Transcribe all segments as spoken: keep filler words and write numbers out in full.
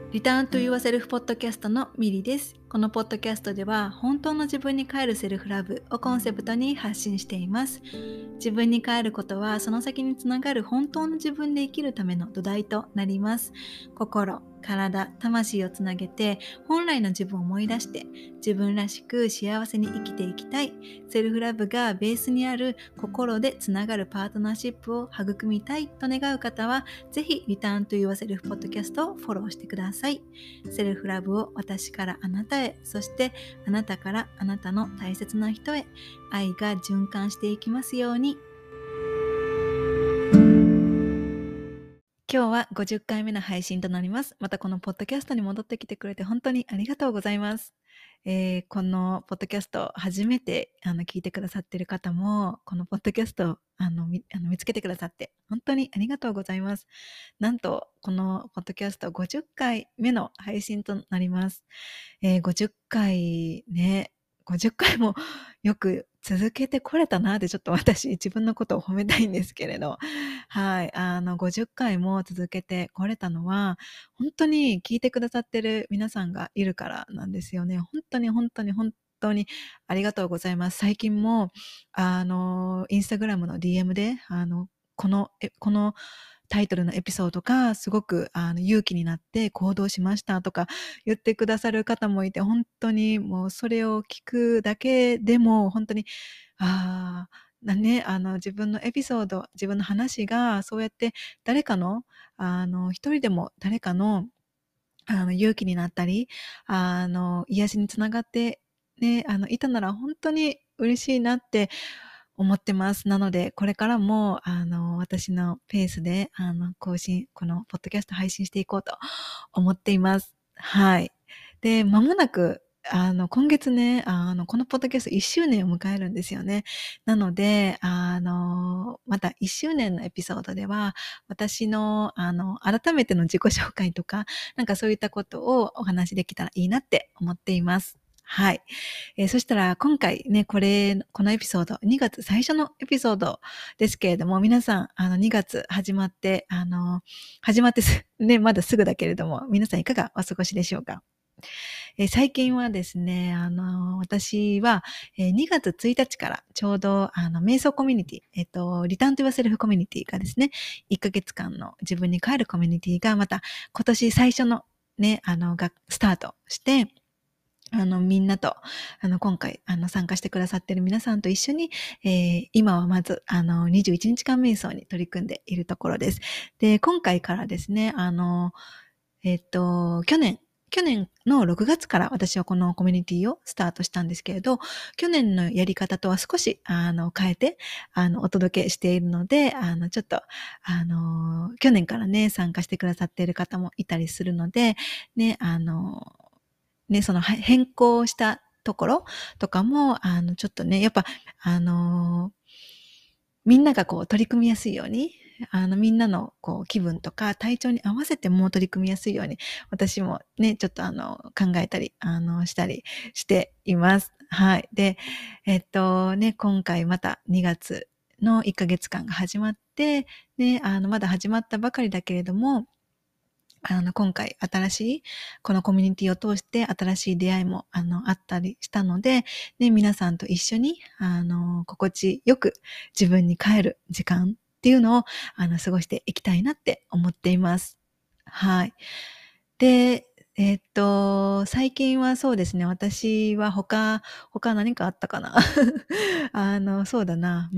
リターントゥユアセルフポッドキャストのミリです。このポッドキャストでは本当の自分に帰るセルフラブをコンセプトに発信しています。自分に帰ることはその先につながる本当の自分で生きるための土台となります。心、体、魂をつなげて本来の自分を思い出して自分らしく幸せに生きていきたい。セルフラブがベースにある心でつながるパートナーシップを育みたいと願う方はぜひリターントゥユアセルフポッドキャストをフォローしてください。セルフラブを私からあなたへ、そしてあなたからあなたの大切な人へ、愛が循環していきますように。今日はごじゅっかいめの配信となります。またこのポッドキャストに戻ってきてくれて本当にありがとうございます。えー、このポッドキャスト初めてあの聞いてくださっている方も、このポッドキャストをあの 見, あの見つけてくださって本当にありがとうございます。なんとこのポッドキャストごじゅっかいめの配信となります。えー、ごじゅっかいね、ごじゅっかいもよく続けてこれたなってちょっと私自分のことを褒めたいんですけれど、はい、あのごじゅっかいも続けてこれたのは本当に聞いてくださってる皆さんがいるからなんですよね。本当に本当に本当にありがとうございます。最近もあのインスタグラムの ディーエム であのこのえこのタイトルのエピソードがすごくあの勇気になって行動しましたとか言ってくださる方もいて、本当にもうそれを聞くだけでも本当にああね、あの自分のエピソード、自分の話がそうやって誰かのあの一人でも誰かのあの勇気になったり、あの癒しにつながってね、あのいたなら本当に嬉しいなって思ってます。なので、これからも、あの、私のペースで、あの、更新、この、ポッドキャスト配信していこうと思っています。はい。で、間もなく、あの、今月ね、あの、このポッドキャストいっしゅうねんを迎えるんですよね。なので、あの、またいっしゅうねんのエピソードでは、私の、あの、改めての自己紹介とか、なんかそういったことをお話できたらいいなって思っています。はい。えー、そしたら今回ね、これ、このエピソード、にがつ最初のエピソードですけれども、皆さん、あの、にがつ始まって、あの、始まってす、ね、まだすぐだけれども、皆さんいかがお過ごしでしょうか？えー、最近はですね、あの、私は、えー、にがつついたちからちょうど、あの、瞑想コミュニティ、えっと、リターントゥユアセルフコミュニティがですね、いっかげつかんの自分に帰るコミュニティがまた今年最初のね、あの、が、スタートして、あの、みんなと、あの、今回、あの、参加してくださっている皆さんと一緒に、えー、今はまず、あの、にじゅういちにちかん瞑想に取り組んでいるところです。で、今回からですね、あの、えっと、去年、去年のろくがつから私はこのコミュニティをスタートしたんですけれど、去年のやり方とは少し、あの、変えて、あの、お届けしているので、あの、ちょっと、あの、去年からね、参加してくださっている方もいたりするので、ね、あの、ね、その変更したところとかも、あの、ちょっとね、やっぱ、あの、みんながこう取り組みやすいように、あの、みんなのこう気分とか体調に合わせても取り組みやすいように、私もね、ちょっとあの、考えたり、あの、したりしています。はい。で、えっとね、今回またにがつのいっかげつかんが始まって、ね、あの、まだ始まったばかりだけれども、あの、今回新しい、このコミュニティを通して新しい出会いも、あの、あったりしたので、ね、皆さんと一緒に、あの、心地よく自分に帰る時間っていうのを、あの、過ごしていきたいなって思っています。はい。で、えっと、最近はそうですね、私は他、他何かあったかなあの、そうだな。うん、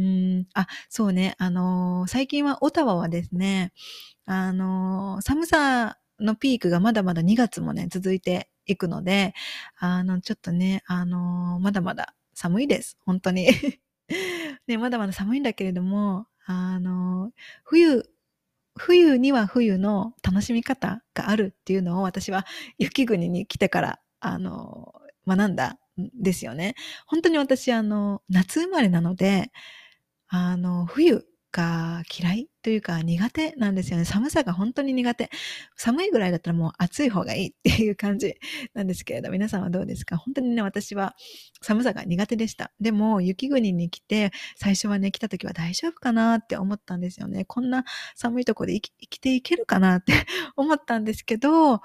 あ、そうね、あの、最近はオタワはですね、あの、寒さのピークがまだまだにがつもね、続いていくので、あの、ちょっとね、あの、まだまだ寒いです。本当に。ね、まだまだ寒いんだけれども、あの、冬、冬には冬の楽しみ方があるっていうのを私は雪国に来てから、あの、学んだんですよね。本当に私、あの、夏生まれなので、あの、冬が嫌いというか苦手なんですよね。寒さが本当に苦手。寒いぐらいだったらもう暑い方がいいっていう感じなんですけれど、皆さんはどうですか？本当にね、私は寒さが苦手でした。でも、雪国に来て、最初はね、来た時は大丈夫かなって思ったんですよね。こんな寒いところで生き生きていけるかなって思ったんですけど、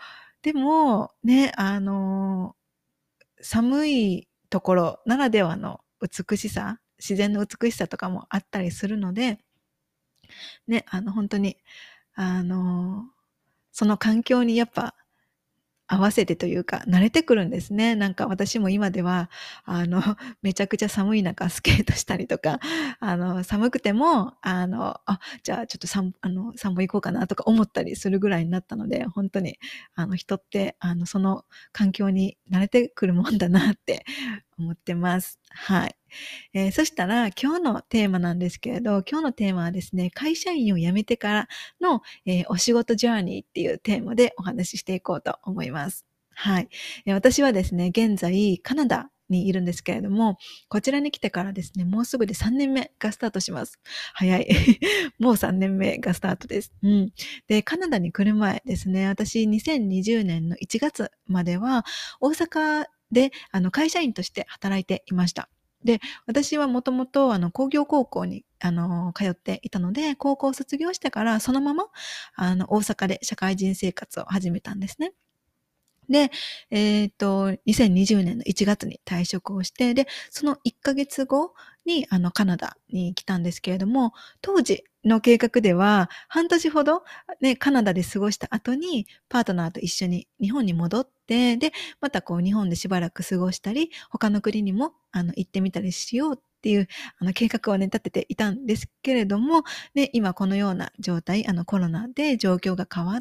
でも、ね、あの、寒いところならではの美しさ、自然の美しさとかもあったりするので、ね、あの、本当に、あの、その環境にやっぱ合わせてというか、慣れてくるんですね。なんか私も今では、あの、めちゃくちゃ寒い中スケートしたりとか、あの、寒くても、あの、あ、じゃあちょっと散あの、散歩行こうかなとか思ったりするぐらいになったので、本当に、あの、人って、あの、その環境に慣れてくるもんだなって思ってます。はい。えーそしたら今日のテーマなんですけれど、今日のテーマはですね、会社員を辞めてからの、えーお仕事ジャーニーっていうテーマでお話ししていこうと思います。はい。えー私はですね、現在カナダにいるんですけれども、こちらに来てからですね、もうすぐでさんねんめがスタートします。早い。もうさんねんめがスタートです。うん。で、カナダに来る前ですね、私にせんにじゅうねんのいちがつまでは大阪であの会社員として働いていました。で、私はもともとあの工業高校にあの通っていたので、高校を卒業してからそのままあの大阪で社会人生活を始めたんですね。で、えっと、にせんにじゅうねんのいちがつに退職をして、で、そのいっかげつごにあのカナダに来たんですけれども、当時の計画では半年ほど、ね、カナダで過ごした後にパートナーと一緒に日本に戻って、で、またこう日本でしばらく過ごしたり、他の国にもあの行ってみたりしようっていうあの計画をね、立てていたんですけれども、で、今このような状態、あのコロナで状況が変わって、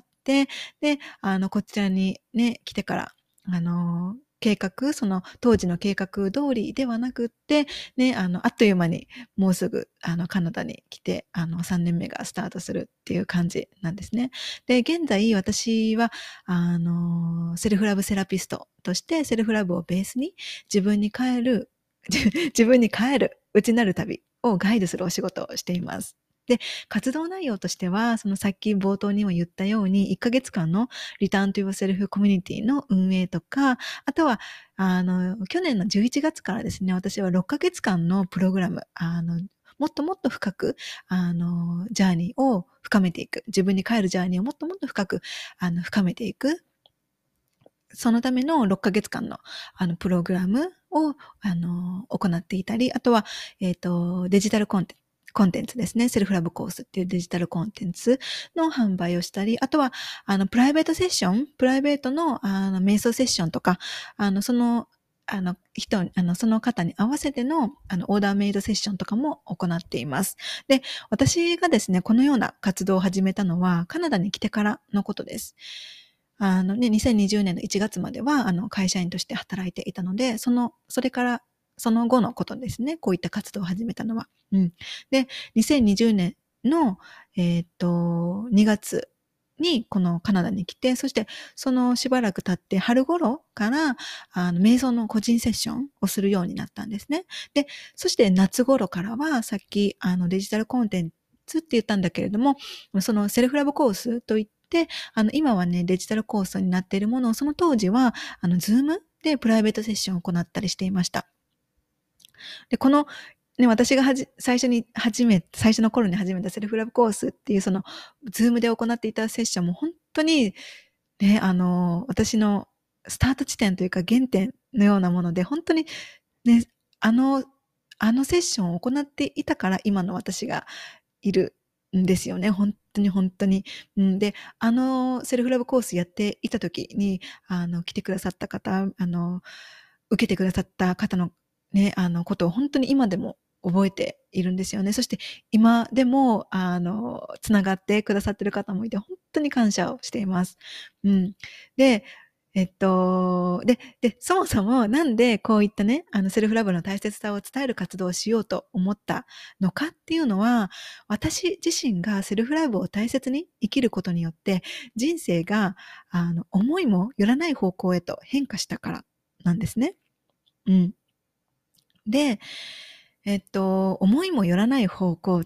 で、あの、こちらにね、来てから、あの、計画、その当時の計画通りではなくって、ね、あの、あっという間にもうすぐ、あの、カナダに来て、あの、さんねんめがスタートするっていう感じなんですね。で、現在私は、あの、セルフラブセラピストとして、セルフラブをベースに自分に帰る、自分に帰る内なる旅をガイドするお仕事をしています。で、活動内容としては、そのさっき冒頭にも言ったように、いっかげつかんのリターントゥーセルフコミュニティの運営とか、あとは、あの、去年のじゅういちがつからですね、私はろっかげつかんのプログラム、あの、もっともっと深く、あの、ジャーニーを深めていく。自分に帰るジャーニーをもっともっと深く、あの、深めていく。そのためのろっかげつかんの、あの、プログラムを、あの、行っていたり、あとは、えっと、デジタルコンテンツ、コンテンツですね。セルフラブコースっていうデジタルコンテンツの販売をしたり、あとは、あの、プライベートセッション、プライベートの、あの、瞑想セッションとか、あの、その、あの、人、あの、その方に合わせての、あの、オーダーメイドセッションとかも行っています。で、私がですね、このような活動を始めたのは、カナダに来てからのことです。あのね、にせんにじゅうねんのいちがつまでは、あの、会社員として働いていたので、その、それから、その後のことですね。こういった活動を始めたのは。うん。で、にせんにじゅうねんの、えっと、にがつにこのカナダに来て、そしてそのしばらく経って春頃から、あの、瞑想の個人セッションをするようになったんですね。で、そして夏頃からは、さっき、あの、デジタルコンテンツって言ったんだけれども、そのセルフラブコースといって、あの、今はね、デジタルコースになっているものを、その当時は、あの、ズームでプライベートセッションを行ったりしていました。で、この、ね、私がはじ、最初に始め、最初の頃に始めたセルフラブコースっていう、その、ズームで行っていたセッションも本当に、ね、あの、私のスタート地点というか原点のようなもので、本当に、ね、あの、あのセッションを行っていたから今の私がいるんですよね。本当に本当に。うん、で、あのセルフラブコースやっていた時に、あの、来てくださった方、あの、受けてくださった方のね、あの、ことを本当に今でも覚えているんですよね。そして今でも、あの、つながってくださってる方もいて、本当に感謝をしています。うん。で、えっと、で、で、そもそもなんでこういったね、あの、セルフラブの大切さを伝える活動をしようと思ったのかっていうのは、私自身がセルフラブを大切に生きることによって、人生が、あの、思いもよらない方向へと変化したからなんですね。うん。で、えっと、思いもよらない方向って、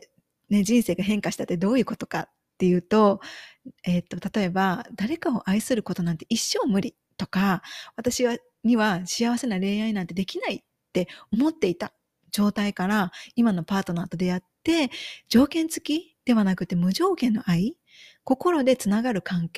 ね、人生が変化したってどういうことかっていうと、えっと、例えば、誰かを愛することなんて一生無理とか、私はには幸せな恋愛なんてできないって思っていた状態から、今のパートナーと出会って、条件付きではなくて無条件の愛、心でつながる関係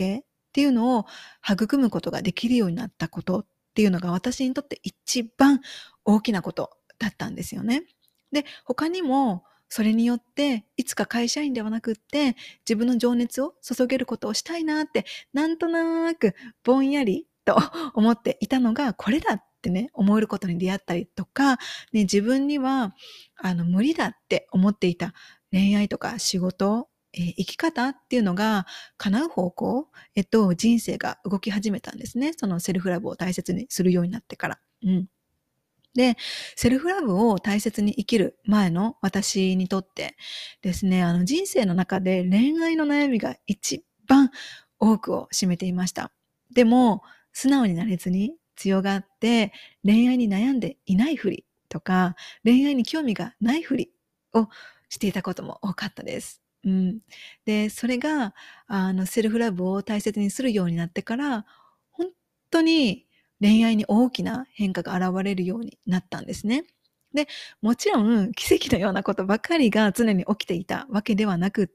っていうのを育むことができるようになったことっていうのが私にとって一番大きなことだったんですよね。で、他にもそれによっていつか会社員ではなくって自分の情熱を注げることをしたいなってなんとなくぼんやりと思っていたのがこれだってね思えることに出会ったりとか、ね、自分にはあの無理だって思っていた恋愛とか仕事、えー生き方っていうのが叶う方向えっと、人生が動き始めたんですね。そのセルフラブを大切にするようになってから。うん。で、セルフラブを大切に生きる前の私にとってですね、あの人生の中で恋愛の悩みが一番多くを占めていました。でも、素直になれずに強がって恋愛に悩んでいないふりとか、恋愛に興味がないふりをしていたことも多かったです。うん。で、それが、あの、セルフラブを大切にするようになってから、本当に恋愛に大きな変化が現れるようになったんですね。で、もちろん奇跡のようなことばかりが常に起きていたわけではなくって、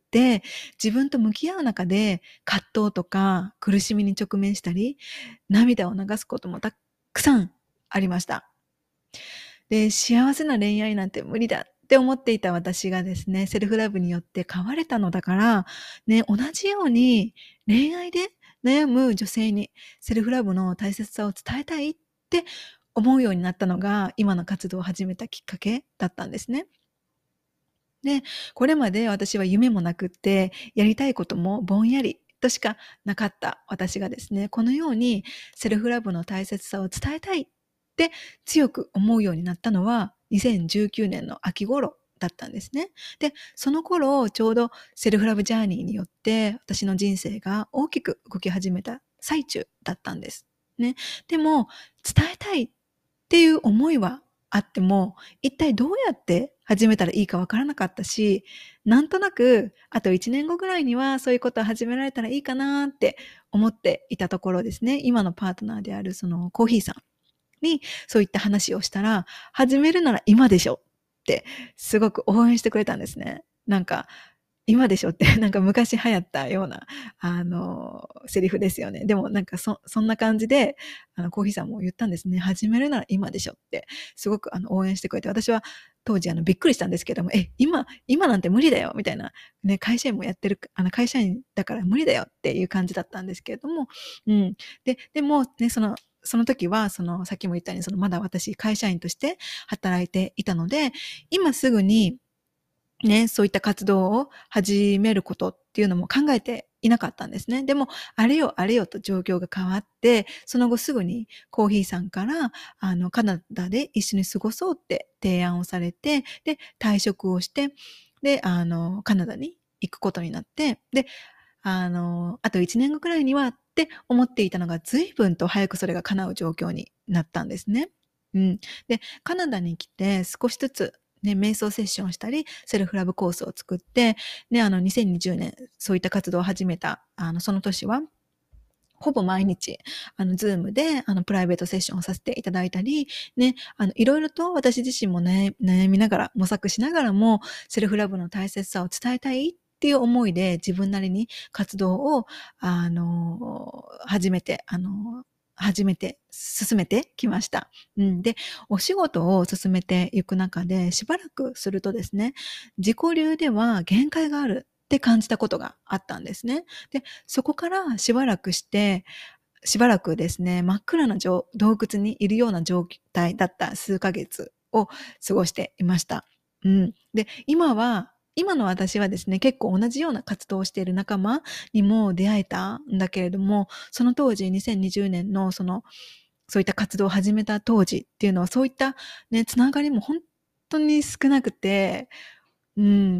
自分と向き合う中で葛藤とか苦しみに直面したり、涙を流すこともたくさんありました。で、幸せな恋愛なんて無理だって思っていた私がですね、セルフラブによって変われたのだから、ね、同じように恋愛で悩む女性にセルフラブの大切さを伝えたいって思うようになったのが、今の活動を始めたきっかけだったんですね。で、これまで私は夢もなくって、やりたいこともぼんやりとしかなかった私がですね、このようにセルフラブの大切さを伝えたいって強く思うようになったのは、にせんじゅうきゅうねんの秋頃だったんですね。で、その頃、ちょうどセルフラブジャーニーによって私の人生が大きく動き始めた最中だったんです。ね。でも、伝えたいっていう思いはあっても、一体どうやって始めたらいいかわからなかったし、なんとなく、あといちねんごぐらいにはそういうことを始められたらいいかなって思っていたところですね、今のパートナーであるそのコーヒーさんにそういった話をしたら、始めるなら今でしょってすごく応援してくれたんですね。なんか、今でしょってなんか昔流行ったような、あの、セリフですよね。でもなんかそ、そんな感じで、あの、コーヒーさんも言ったんですね。始めるなら今でしょって、すごくあの応援してくれて、私は当時あのびっくりしたんですけども、え、今、今なんて無理だよみたいな、ね、会社員もやってる、あの会社員だから無理だよっていう感じだったんですけれども、うん。で、でもね、その、その時は、その、さっきも言ったように、その、まだ私、会社員として働いていたので、今すぐに、ね、そういった活動を始めることっていうのも考えていなかったんですね。でも、あれよあれよと状況が変わって、その後すぐにコーヒーさんから、あの、カナダで一緒に過ごそうって提案をされて、で、退職をして、で、あの、カナダに行くことになって、で、あの、あといちねんごくらいにはって思っていたのが、随分と早くそれが叶う状況になったんですね。うん。で、カナダに来て少しずつね、瞑想セッションをしたり、セルフラブコースを作って、ね、あの、にせんにじゅうねん、そういった活動を始めた、あの、その年は、ほぼ毎日、あの、ズームで、あの、プライベートセッションをさせていただいたり、ね、あの、いろいろと私自身も悩悩みながら、模索しながらも、セルフラブの大切さを伝えたいっていう思いで、自分なりに活動を、あの、始めて、あの、始めて、進めてきました。うん。で、お仕事を進めていく中で、しばらくするとですね、自己流では限界があるって感じたことがあったんですね。で、そこからしばらくして、しばらくですね、真っ暗な洞窟にいるような状態だった数ヶ月を過ごしていました。うん。で、今は、今の私はですね、結構同じような活動をしている仲間にも出会えたんだけれども、その当時にせんにじゅうねんのその、そういった活動を始めた当時っていうのは、そういったね、つながりも本当に少なくて、うん、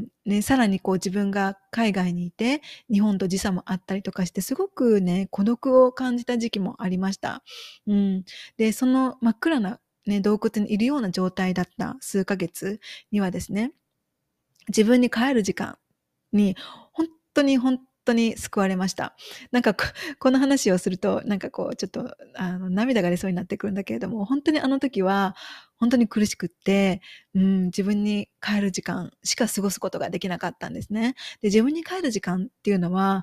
ね、さらにこう自分が海外にいて、日本と時差もあったりとかして、すごくね、孤独を感じた時期もありました。うん。で、その真っ暗なね、洞窟にいるような状態だった数ヶ月にはですね、自分に帰る時間に、本当に本当に救われました。なんかこ、この話をすると、なんかこう、ちょっと、あの、涙が出そうになってくるんだけれども、本当にあの時は、本当に苦しくって、うん、自分に帰る時間しか過ごすことができなかったんですね。で、自分に帰る時間っていうのは、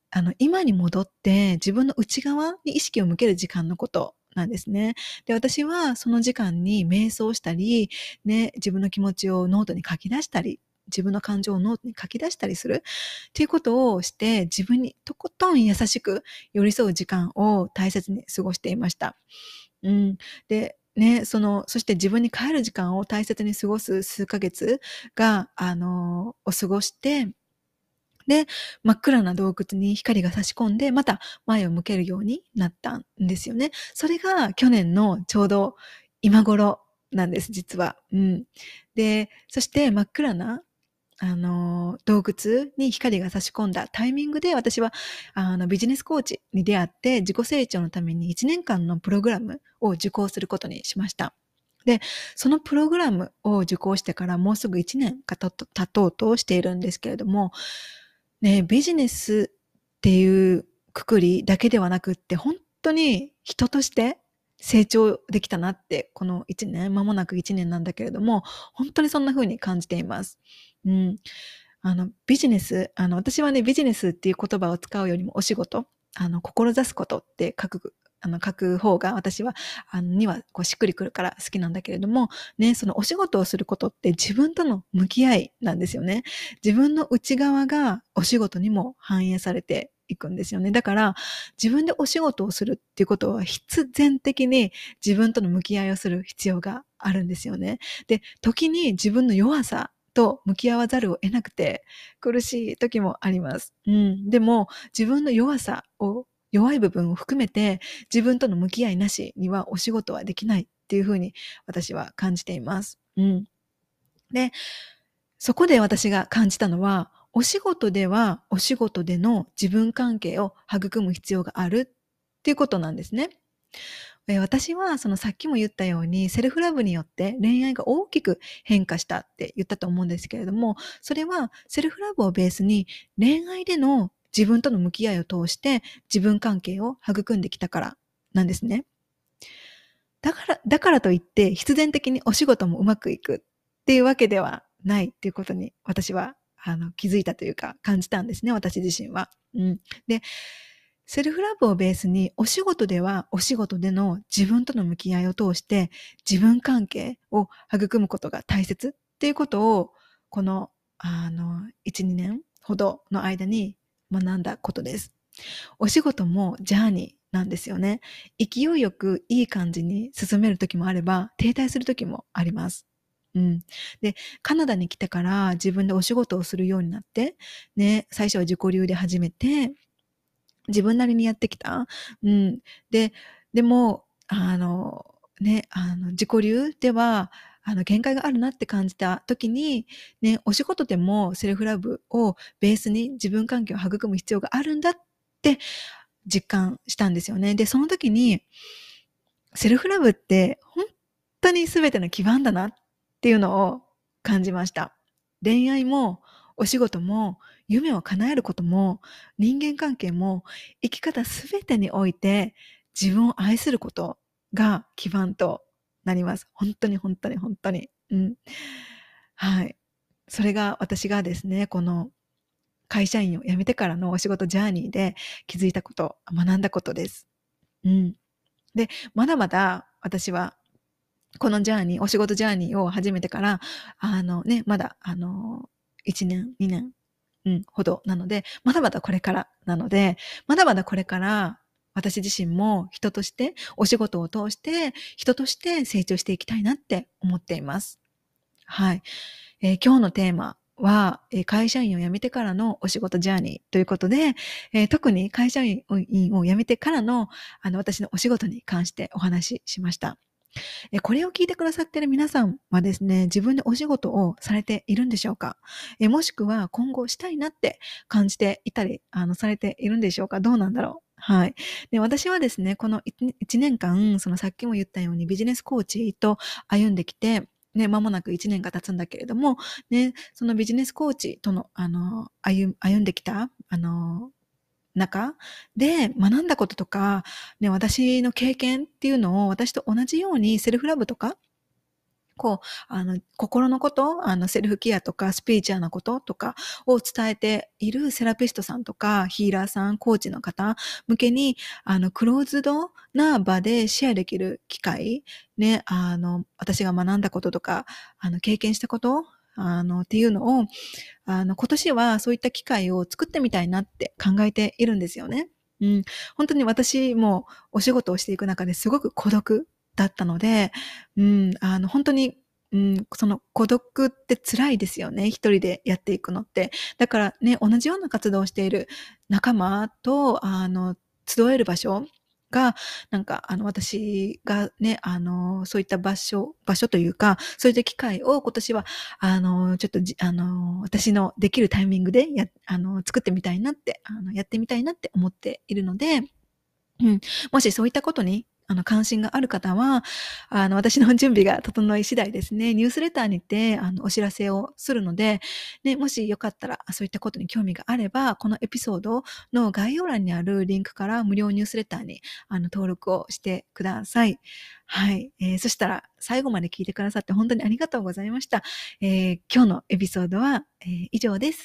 あの、今に戻って自分の内側に意識を向ける時間のことなんですね。で、私はその時間に瞑想したり、ね、自分の気持ちをノートに書き出したり、自分の感情をノートに書き出したりするっていうことをして、自分にとことん優しく寄り添う時間を大切に過ごしていました。うん。で、ね、その、そして自分に帰る時間を大切に過ごす数ヶ月が、あの、を過ごして、で、真っ暗な洞窟に光が差し込んで、また前を向けるようになったんですよね。それが去年のちょうど今頃なんです、実は。うん。で、そして真っ暗な、あの、洞窟に光が差し込んだタイミングで私は、あの、ビジネスコーチに出会って自己成長のためにいちねんかんのプログラムを受講することにしました。で、そのプログラムを受講してからもうすぐいちねんが経とうとしているんですけれども、ね、ビジネスっていうくくりだけではなくって、本当に人として成長できたなって、このいちねん、間もなくいちねんなんだけれども、本当にそんな風に感じています。うん。あの、ビジネス、あの、私はね、ビジネスっていう言葉を使うよりもお仕事、あの、志すことって書く、あの、書く方が私は、あの、にはこうしっくりくるから好きなんだけれども、ね、そのお仕事をすることって自分との向き合いなんですよね。自分の内側がお仕事にも反映されていくんですよね。だから、自分でお仕事をするっていうことは必然的に自分との向き合いをする必要があるんですよね。で、時に自分の弱さと向き合わざるを得なくて苦しい時もあります。うん。でも、自分の弱さを、弱い部分を含めて自分との向き合いなしにはお仕事はできないっていうふうに私は感じています。うん。で、そこで私が感じたのは、お仕事ではお仕事での自分関係を育む必要があるっていうことなんですね。えー私はそのさっきも言ったようにセルフラブによって恋愛が大きく変化したって言ったと思うんですけれども、それはセルフラブをベースに恋愛での自分との向き合いを通して自分関係を育んできたからなんですね。だから、だからといって必然的にお仕事もうまくいくっていうわけではないっていうことに私はあの気づいたというか感じたんですね、私自身は。うん。で、セルフラブをベースにお仕事ではお仕事での自分との向き合いを通して自分関係を育むことが大切っていうことをこのあのいち、にねんほどの間に学んだことです。お仕事もジャーニーなんですよね。勢いよくいい感じに進める時もあれば停滞する時もあります。うん。で、カナダに来てから自分でお仕事をするようになって、ね、最初は自己流で始めて、自分なりにやってきた。うん。で、でも、あの、ね、あの、自己流では、あの、限界があるなって感じた時に、ね、お仕事でもセルフラブをベースに自分関係を育む必要があるんだって実感したんですよね。で、その時に、セルフラブって本当に全ての基盤だなっていうのを感じました。恋愛もお仕事も夢を叶えることも人間関係も生き方全てにおいて自分を愛することが基盤となります。本当に本当に本当に。うん。はい。それが私がですね、この会社員を辞めてからのお仕事ジャーニーで気づいたこと、学んだことです。うん。で、まだまだ私はこのジャーニー、お仕事ジャーニーを始めてから、あのね、まだ、あの、いちねん、にねん、うん、ほどなので、まだまだこれからなので、まだまだこれから私自身も人として、お仕事を通して、人として成長していきたいなって思っています。はい。えー今日のテーマは、えー会社員を辞めてからのお仕事ジャーニーということで、えー特に会社員を辞めてからの、あの、私のお仕事に関してお話ししました。え、これを聞いてくださっている皆さんはですね、自分でお仕事をされているんでしょうか？え、もしくは今後したいなって感じていたり、あの、されているんでしょうか？どうなんだろう？はい。で、私はですね、このいち、いちねんかん、そのさっきも言ったようにビジネスコーチと歩んできて、ね、間もなくいちねんが経つんだけれども、ね、そのビジネスコーチとの、あの、歩歩んできた、あの、中で学んだこととか、ね、私の経験っていうのを私と同じようにセルフラブとかこう、あの、心のこと、あの、セルフケアとかスピリチュアルなこととかを伝えているセラピストさんとか、ヒーラーさん、コーチの方向けに、あの、クローズドな場でシェアできる機会、ね、あの、私が学んだこととか、あの、経験したこと、あの、っていうのを、あの、今年はそういった機会を作ってみたいなって考えているんですよね。うん。本当に私もお仕事をしていく中ですごく孤独だったので、うん、あの、本当に、うん、その孤独って辛いですよね。一人でやっていくのって。だからね、同じような活動をしている仲間と、あの、集える場所が、なんか、あの、私がね、あの、そういった場所、場所というか、そういった機会を今年は、あの、ちょっとじ、あの、私のできるタイミングでや、あの、作ってみたいなって、あの、やってみたいなって思っているので、うん。もしそういったことに、あの、関心がある方は、あの、私の準備が整い次第ですね、ニュースレターにて、あの、お知らせをするので、ね、もしよかったら、そういったことに興味があれば、このエピソードの概要欄にあるリンクから無料ニュースレターに、あの、登録をしてください。はい。えー、そしたら、最後まで聞いてくださって本当にありがとうございました。えー、今日のエピソードは、えー、以上です。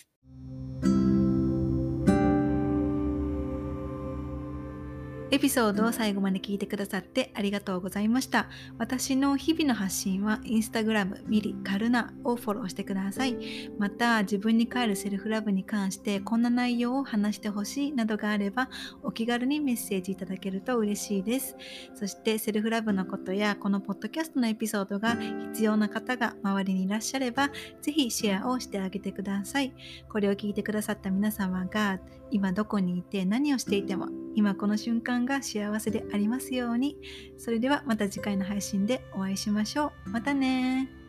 エピソードを最後まで聞いてくださってありがとうございました。私の日々の発信はインスタグラムミリカルナをフォローしてください。また自分に帰るセルフラブに関してこんな内容を話してほしいなどがあればお気軽にメッセージいただけると嬉しいです。そしてセルフラブのことやこのポッドキャストのエピソードが必要な方が周りにいらっしゃればぜひシェアをしてあげてください。これを聞いてくださった皆様が今どこにいて何をしていても今この瞬間が幸せでありますように。それではまた次回の配信でお会いしましょう。またね。